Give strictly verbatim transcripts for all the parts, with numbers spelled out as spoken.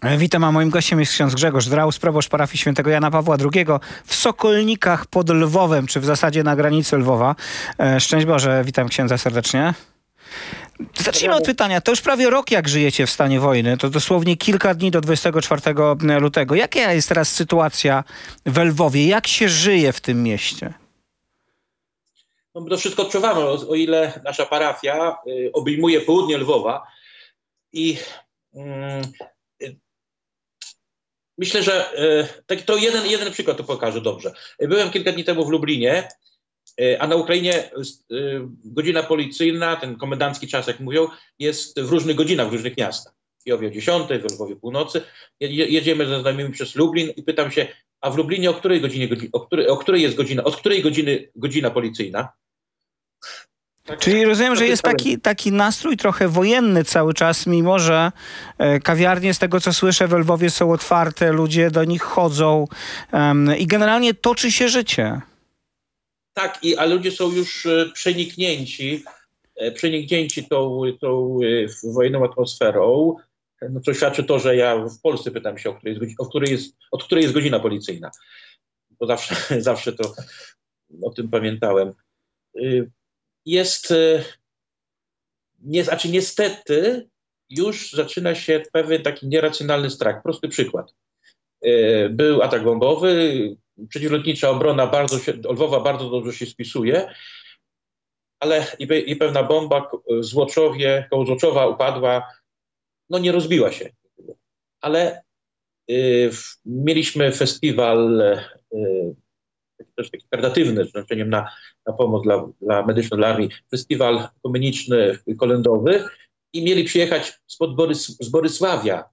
Witam, a moim gościem jest ksiądz Grzegorz Draus, proboszcz parafii świętego Jana Pawła drugiego w Sokolnikach pod Lwowem, czy w zasadzie na granicy Lwowa. Szczęść Boże, witam księdza serdecznie. Zacznijmy od pytania. To już prawie rok, jak żyjecie w stanie wojny. To dosłownie kilka dni do dwudziestego czwartego lutego. Jaka jest teraz sytuacja w Lwowie? Jak się żyje w tym mieście? No, to wszystko odczuwamy, o, o ile nasza parafia y, obejmuje południe Lwowa i y, myślę, że y, tak, to jeden, jeden przykład to pokaże dobrze. Byłem kilka dni temu w Lublinie, y, a na Ukrainie y, godzina policyjna, ten komendancki czas, jak mówią, jest w różnych godzinach, w różnych miastach. W Kijowie o dziesiątej, w Lwowie północy. Je, jedziemy ze znajomymi przez Lublin i pytam się, a w Lublinie o której godzinie, o której, o której jest godzina, od której godziny godzina policyjna? Czyli rozumiem, że jest taki, taki nastrój trochę wojenny cały czas, mimo że kawiarnie, z tego co słyszę, w Lwowie są otwarte, ludzie do nich chodzą um, i generalnie toczy się życie. Tak, i, a ludzie są już przeniknięci, przeniknięci tą, tą wojenną atmosferą, no co świadczy to, że ja w Polsce pytam się, o której jest, o której jest, od której jest godzina policyjna. Bo zawsze, zawsze to o tym pamiętałem. Jest, nie, znaczy niestety już zaczyna się pewien taki nieracjonalny strach. Prosty przykład. Był atak bombowy, przeciwlotnicza obrona bardzo się, Lwowa bardzo dobrze się spisuje, ale i, i pewna bomba w Złoczowie, koło Złoczowa upadła, no nie rozbiła się. Ale y, mieliśmy festiwal y, też taki charytatywny, z znaczeniem na, na pomoc dla, dla medyczną, dla armii, festiwal ekumeniczny, kolędowy i mieli przyjechać spod Borys, z Borysławia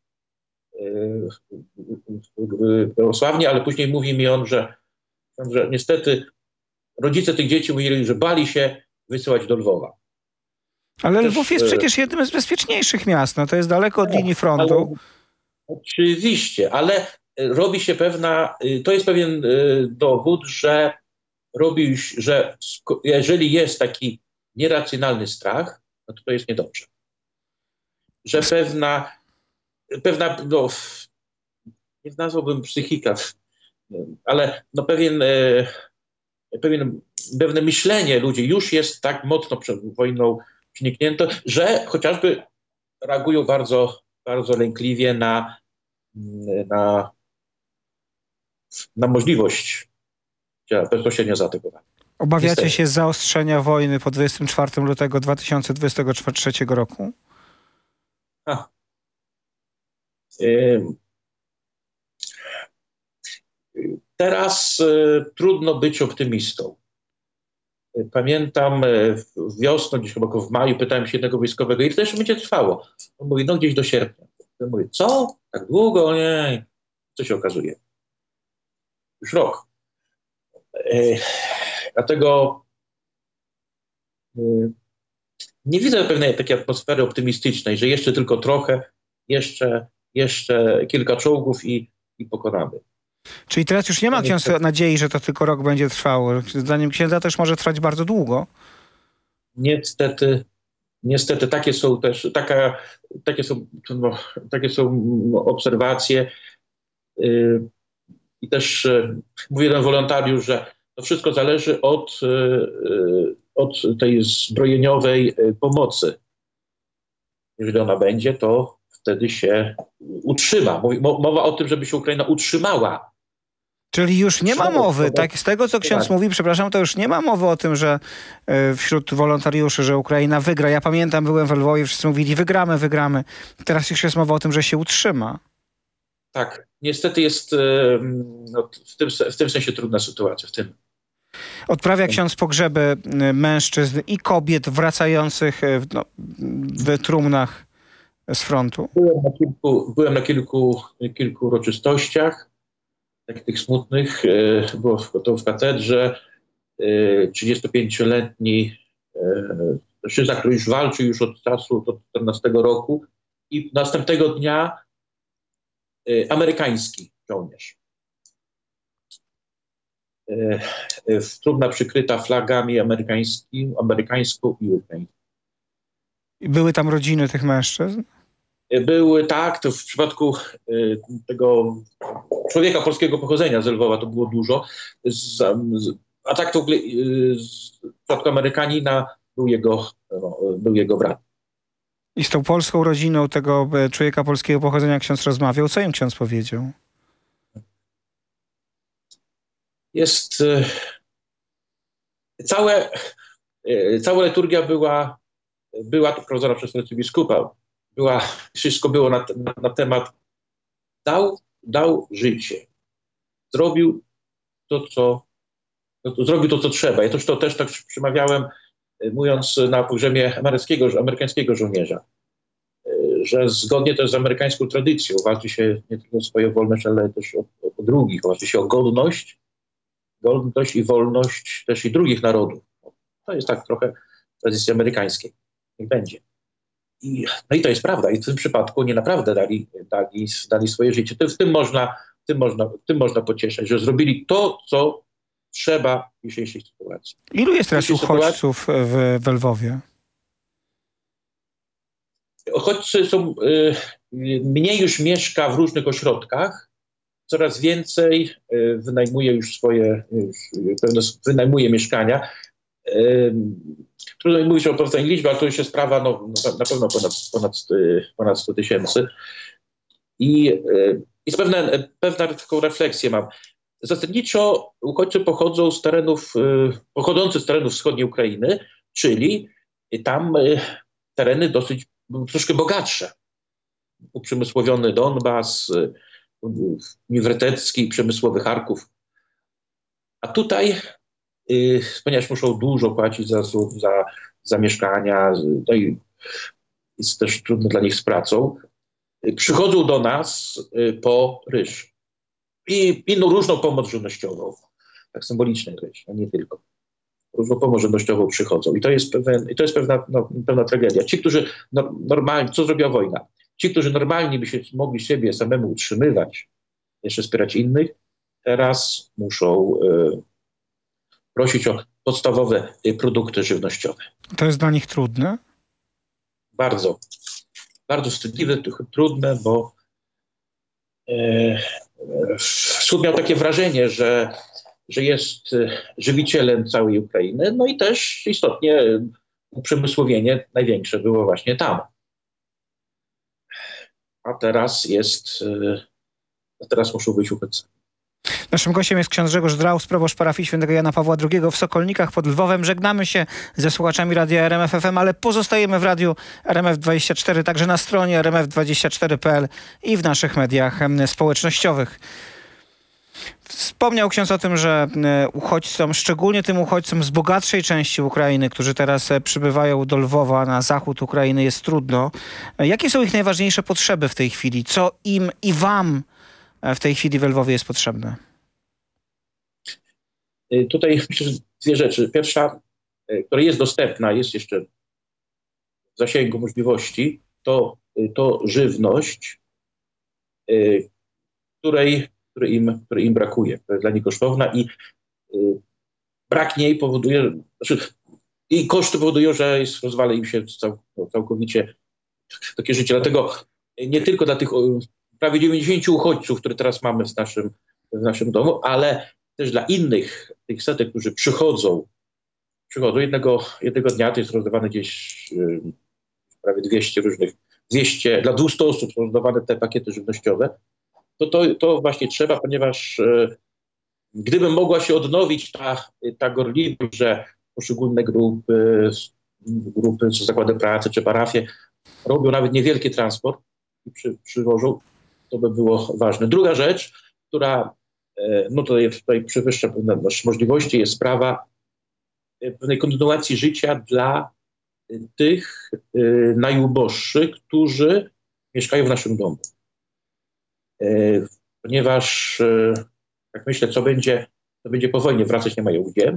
prawosławnie, ale później mówi mi on, że, że niestety rodzice tych dzieci mówili, że bali się wysyłać do Lwowa. Ale Też, Lwów jest przecież jednym z bezpieczniejszych miast, no to jest daleko od tak, linii frontu. Ale, oczywiście, ale robi się pewna, to jest pewien dowód, że robi, że jeżeli jest taki nieracjonalny strach, no to to jest niedobrze. Że pewna, pewna no, nie nazwałbym psychika, ale no pewien, pewien, pewne myślenie ludzi już jest tak mocno przed wojną przeniknięte, że chociażby reagują bardzo, bardzo lękliwie na, na na możliwość bezpośrednio zaatakowania. Obawiacie Niestety. się zaostrzenia wojny po dwudziestego czwartego lutego dwa tysiące dwudziestego trzeciego roku? A. Y Teraz y trudno być optymistą. Pamiętam y wiosną, gdzieś chyba w maju, pytałem się jednego wojskowego, ile to jeszcze będzie trwało? On mówi, no gdzieś do sierpnia. Ja mówię, co? Tak długo? Nie. Co się okazuje? Już rok. Yy, dlatego yy, nie widzę pewnej takiej atmosfery optymistycznej, że jeszcze tylko trochę, jeszcze, jeszcze kilka czołgów i, i pokonamy. Czyli teraz już nie ma ksiądz nadziei, że to tylko rok będzie trwało. Zdaniem księdza też może trwać bardzo długo. Niestety, niestety takie są też, taka, takie są, no, takie są obserwacje. Yy, I też e, mówi jeden wolontariusz, że to wszystko zależy od, e, od tej zbrojeniowej pomocy. Jeżeli ona będzie, to wtedy się utrzyma. Mówi, mowa o tym, żeby się Ukraina utrzymała. Czyli już nie ma mowy, tak, z tego co ksiądz tak. mówi, przepraszam, to już nie ma mowy o tym, że y, wśród wolontariuszy, że Ukraina wygra. Ja pamiętam, byłem w Lwowie, wszyscy mówili wygramy, wygramy. Teraz już jest mowa o tym, że się utrzyma. Tak, niestety jest no, w, tym, w tym sensie trudna sytuacja. W tym. Odprawia ksiądz pogrzeby mężczyzn i kobiet wracających no, w trumnach z frontu? Byłem na kilku, byłem na kilku, kilku uroczystościach, takich tych smutnych. Było to w katedrze. trzydziestopięcioletni mężczyzna, który już walczył już od czasu, od czternastego roku i następnego dnia amerykański żołnierz. Trumna przykryta flagami amerykańskim, amerykańską i ukraińską. I były tam rodziny tych mężczyzn? Był tak, to w przypadku tego człowieka polskiego pochodzenia z Lwowa to było dużo, z, z, a tak to w ogóle z, w przypadku Amerykanina był jego, no, był jego brat. I z tą polską rodziną tego człowieka polskiego pochodzenia ksiądz rozmawiał. Co im ksiądz powiedział? Jest... Całe, cała liturgia była, była tu prowadzona przez arcybiskupa. Była, wszystko było na, na, na temat dał, dał życie. Zrobił to, co no to, zrobił to, co trzeba. Ja też to też tak przemawiałem, mówiąc na pogrzebie amerykańskiego, amerykańskiego żołnierza, że zgodnie też z amerykańską tradycją walczy się nie tylko o swoją wolność, ale też o, o drugich. Walczy się o godność, godność i wolność też i drugich narodów. To jest tak trochę tradycji amerykańskiej. Niech będzie. I, no i to jest prawda. I w tym przypadku nie naprawdę dali, dali, dali swoje życie. W tym, można, w, tym można, w tym można pocieszać, że zrobili to, co trzeba w dzisiejszej sytuacji. Ilu jest teraz uchodźców w, w Lwowie? Uchodźcy są... Y, mniej już mieszka w różnych ośrodkach. Coraz więcej y, wynajmuje już swoje... Już, pewne, wynajmuje mieszkania. Y, trudno mi mówić o powstaniu liczby, ale to już jest sprawa no, na pewno ponad, ponad, ponad sto tysięcy. I, y, i pewna, pewna taką refleksję mam. Zasadniczo uchodźcy pochodzą z terenów, y, pochodzący z terenów wschodniej Ukrainy, czyli tam y, tereny dosyć troszkę bogatsze. Uprzemysłowiony Donbas, y, uniwersytecki, przemysłowy Charków. A tutaj, y, ponieważ muszą dużo płacić za, za, za mieszkania, no i jest też trudno dla nich z pracą, y, przychodzą do nas y, po ryż. I inną różną pomoc żywnościową. Tak symbolicznie ryż, a nie tylko. Różną pomoc żywnościową przychodzą. I to jest, pewien, i to jest pewna, no, pewna tragedia. Ci, którzy no, normalnie, co zrobiła wojna? Ci, którzy normalnie by się mogli siebie samemu utrzymywać, jeszcze wspierać innych, teraz muszą y, prosić o podstawowe y, produkty żywnościowe. To jest dla nich trudne? Bardzo. Bardzo wstydliwe, trudne, bo y, Wschód miał takie wrażenie, że, że jest żywicielem całej Ukrainy, no i też istotnie uprzemysłowienie największe było właśnie tam. A teraz jest, a teraz muszą być uchodźcami. Naszym gościem jest ksiądz Grzegorz Draus, proboszcz parafii świętego Jana Pawła drugiego w Sokolnikach pod Lwowem. Żegnamy się ze słuchaczami Radia R M F F M, ale pozostajemy w radiu R M F dwadzieścia cztery, także na stronie r m f dwadzieścia cztery kropka p l i w naszych mediach społecznościowych. Wspomniał ksiądz o tym, że uchodźcom, szczególnie tym uchodźcom z bogatszej części Ukrainy, którzy teraz przybywają do Lwowa na zachód Ukrainy, jest trudno. Jakie są ich najważniejsze potrzeby w tej chwili? Co im i wam w tej chwili w Lwowie jest potrzebne? Tutaj myślę, że dwie rzeczy. Pierwsza, która jest dostępna, jest jeszcze w zasięgu możliwości, to, to żywność, której, której, im, której im brakuje, która jest dla nich kosztowna i brak niej powoduje, znaczy i koszty powodują, że jest, rozwala im się cał, całkowicie takie życie. Dlatego nie tylko dla tych prawie dziewięćdziesięciu uchodźców, które teraz mamy w naszym, w naszym domu, ale też dla innych, tych setek, którzy przychodzą, przychodzą jednego, jednego dnia, to jest rozdawane gdzieś yy, prawie dwieście różnych, dwieście, dla dwustu osób są rozdawane te pakiety żywnościowe, to to, to właśnie trzeba, ponieważ yy, gdyby mogła się odnowić ta, ta gorliwość, że poszczególne grupy, grupy czy zakłady pracy, czy parafie robią nawet niewielki transport i przy, przywożą, to by było ważne. Druga rzecz, która no to tutaj przewyższa pewne nasze możliwości, jest sprawa pewnej kontynuacji życia dla tych najuboższych, którzy mieszkają w naszym domu. Ponieważ, jak myślę, co będzie, co będzie po wojnie, wracać nie mają gdzie.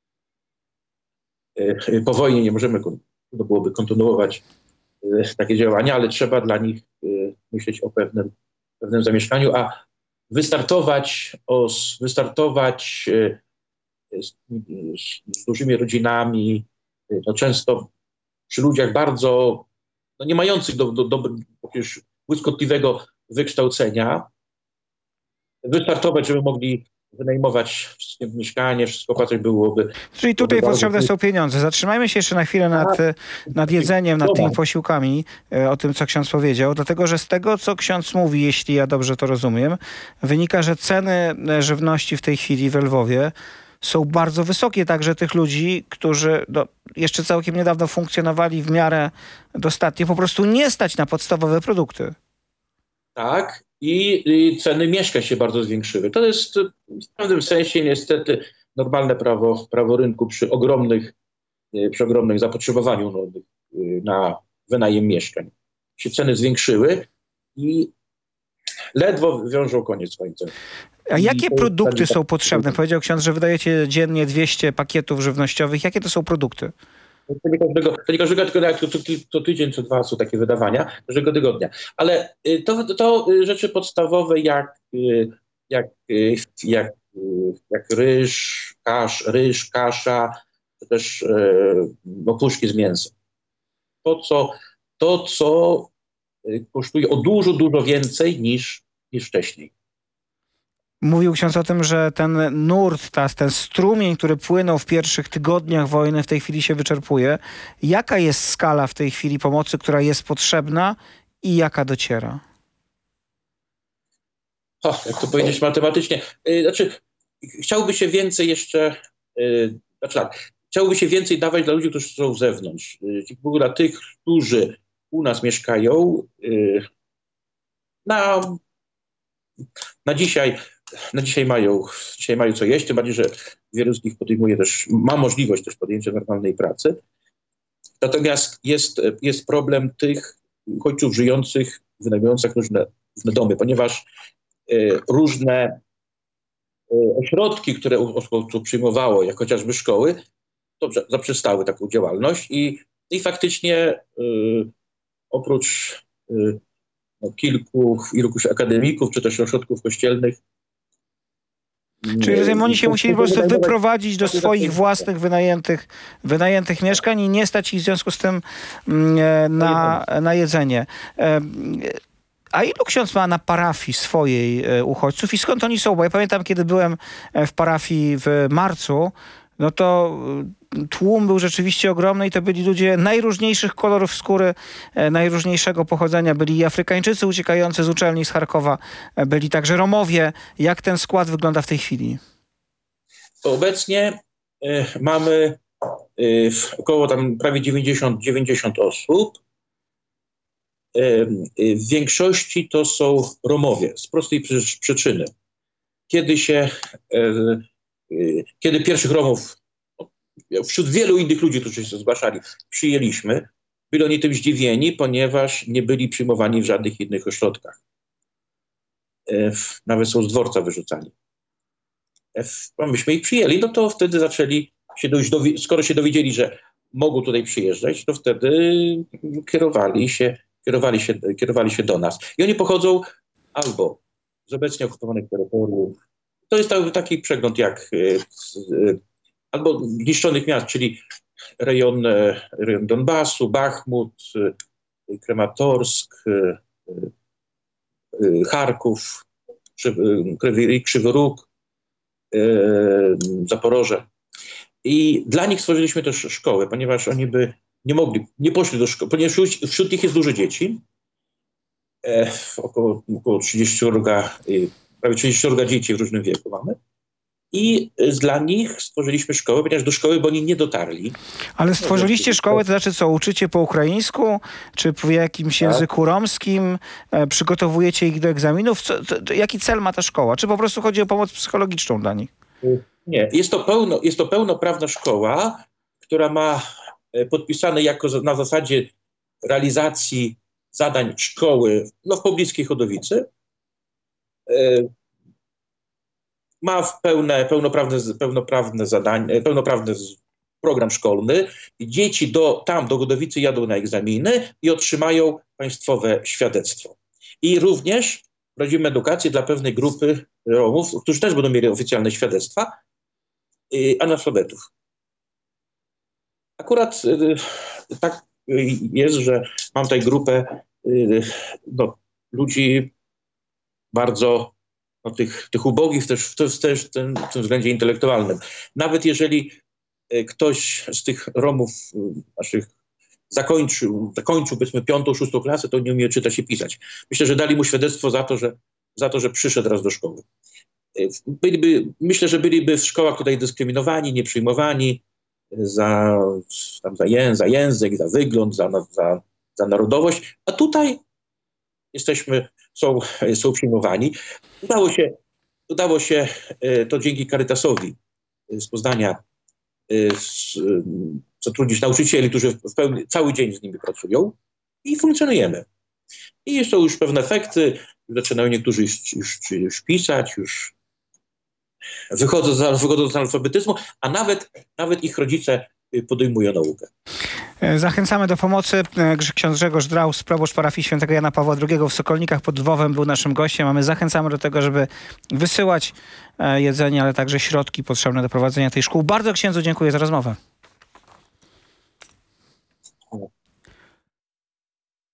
Po wojnie nie możemy, trudno byłoby kontynuować takie działania, ale trzeba dla nich myśleć o pewnym, pewnym zamieszkaniu, a wystartować, o, wystartować z, z dużymi rodzinami, no często przy ludziach bardzo, no nie mających do, do, do, błyskotliwego wykształcenia, wystartować, żeby mogli wynajmować wszystkie mieszkanie, wszystko opłacać byłoby. Czyli tutaj potrzebne są pieniądze. Zatrzymajmy się jeszcze na chwilę nad, nad jedzeniem, nad tymi posiłkami, o tym, co ksiądz powiedział, dlatego że z tego, co ksiądz mówi, jeśli ja dobrze to rozumiem, wynika, że ceny żywności w tej chwili w Lwowie są bardzo wysokie, także tych ludzi, którzy do, jeszcze całkiem niedawno funkcjonowali w miarę dostatnio, po prostu nie stać na podstawowe produkty. Tak, i, i ceny mieszkań się bardzo zwiększyły. To jest w pewnym sensie niestety normalne prawo, prawo rynku przy ogromnych, przy ogromnym zapotrzebowaniu no, na wynajem mieszkań. Się ceny zwiększyły i ledwo wiążą koniec końcem. A jakie produkty są potrzebne? Powiedział ksiądz, że wydajecie dziennie dwieście pakietów żywnościowych. Jakie to są produkty? To nie każdego, to nie każdego tygodnia, to, to, to tydzień, co dwa są takie wydawania, każdego tygodnia. Ale to, to rzeczy podstawowe jak, jak, jak, jak ryż, kasz, ryż, kasza, czy też opuszki z mięsem. To, co, to, co kosztuje o dużo, dużo więcej niż, niż wcześniej. Mówił ksiądz o tym, że ten nurt, ta, ten strumień, który płynął w pierwszych tygodniach wojny, w tej chwili się wyczerpuje. Jaka jest skala w tej chwili pomocy, która jest potrzebna i jaka dociera? O, jak to powiedzieć matematycznie? Znaczy, chciałby się więcej jeszcze, znaczy tak, chciałby się więcej dawać dla ludzi, którzy są z zewnątrz. Dla tych, którzy u nas mieszkają, na, na dzisiaj Na dzisiaj mają, dzisiaj mają co jeść, tym bardziej, że wielu z nich podejmuje też, ma możliwość też podjęcia normalnej pracy. Natomiast jest, jest problem tych uchodźców żyjących, wynajmujących różne, różne domy, ponieważ y, różne y, ośrodki, które uchodźców przyjmowało, jak chociażby szkoły, dobrze, zaprzestały taką działalność i, i faktycznie y, oprócz y, no, kilku, kilku akademików, czy też ośrodków kościelnych, czyli rozumiem, oni się musieli po prostu wyprowadzić do swoich własnych wynajętych, wynajętych mieszkań i nie stać ich w związku z tym na, na jedzenie. A ilu ksiądz ma na parafii swojej uchodźców i skąd oni są? Bo ja pamiętam, kiedy byłem w parafii w marcu, no to tłum był rzeczywiście ogromny i to byli ludzie najróżniejszych kolorów skóry, najróżniejszego pochodzenia. Byli i Afrykańczycy uciekający z uczelni z Charkowa, byli także Romowie. Jak ten skład wygląda w tej chwili? Obecnie y, mamy y, około tam prawie dziewięćdziesiąt, dziewięćdziesiąt osób. Y, y, w większości to są Romowie z prostej przy, przyczyny. Kiedy się, y, y, kiedy pierwszych Romów wśród wielu innych ludzi, którzy się zgłaszali, przyjęliśmy, byli oni tym zdziwieni, ponieważ nie byli przyjmowani w żadnych innych ośrodkach. Nawet są z dworca wyrzucani. Myśmy ich przyjęli, no to wtedy zaczęli się dojść, do, skoro się dowiedzieli, że mogą tutaj przyjeżdżać, to wtedy kierowali się, kierowali się, kierowali się do nas. I oni pochodzą albo z obecnie okupowanych terytoriów. To jest taki przegląd jak albo zniszczonych miast, czyli rejon, rejon Donbasu, Bachmut, Krematorsk, Charków, Krzywy Róg, Zaporoże. I dla nich stworzyliśmy też szkołę, ponieważ oni by nie mogli, nie poszli do szkoły, ponieważ wśród, wśród nich jest dużo dzieci. E, około, około trzydzieści, prawie trzydzieści dzieci w różnym wieku mamy. I dla nich stworzyliśmy szkołę, ponieważ do szkoły, bo oni nie dotarli. Ale stworzyliście szkołę, to znaczy co, uczycie po ukraińsku, czy w jakimś tak. języku romskim, e, przygotowujecie ich do egzaminów? Co, to, jaki cel ma ta szkoła? Czy po prostu chodzi o pomoc psychologiczną dla nich? Nie, jest to, pełno, jest to pełnoprawna szkoła, która ma podpisane jako na zasadzie realizacji zadań szkoły no, w pobliskiej Chodowicy. E, Ma pełne, pełnoprawne, pełnoprawne zadanie, pełnoprawny program szkolny. Dzieci do, tam do Chodowicy jadą na egzaminy i otrzymają państwowe świadectwo. I również prowadzimy edukację dla pewnej grupy Romów, którzy też będą mieli oficjalne świadectwa, analfabetów. Akurat tak jest, że mam tutaj grupę no, ludzi bardzo, no, tych, tych ubogich też, też, też w, tym, w tym względzie intelektualnym. Nawet jeżeli ktoś z tych Romów naszych zakończył, zakończył powiedzmy piątą, szóstą klasę, to nie umie czytać i pisać. Myślę, że dali mu świadectwo za to, że, za to, że przyszedł raz do szkoły. Byliby, myślę, że byliby w szkołach tutaj dyskryminowani, nieprzyjmowani za, tam za, język, za język, za wygląd, za, za, za narodowość, a tutaj jesteśmy, są, są przyjmowani. Udało się, udało się to dzięki Caritasowi z Poznania z, zatrudnić nauczycieli, którzy w pełni, cały dzień z nimi pracują i funkcjonujemy. I są już pewne efekty, zaczynają niektórzy już, już, już pisać, już wychodzą z, wychodzą z analfabetyzmu, a nawet, nawet ich rodzice podejmują naukę. Zachęcamy do pomocy. Ksiądz Grzegorz Draus, proboszcz parafii świętego Jana Pawła drugiego w Sokolnikach pod Lwowem, był naszym gościem, a my zachęcamy do tego, żeby wysyłać jedzenie, ale także środki potrzebne do prowadzenia tej szkół. Bardzo księdzu dziękuję za rozmowę.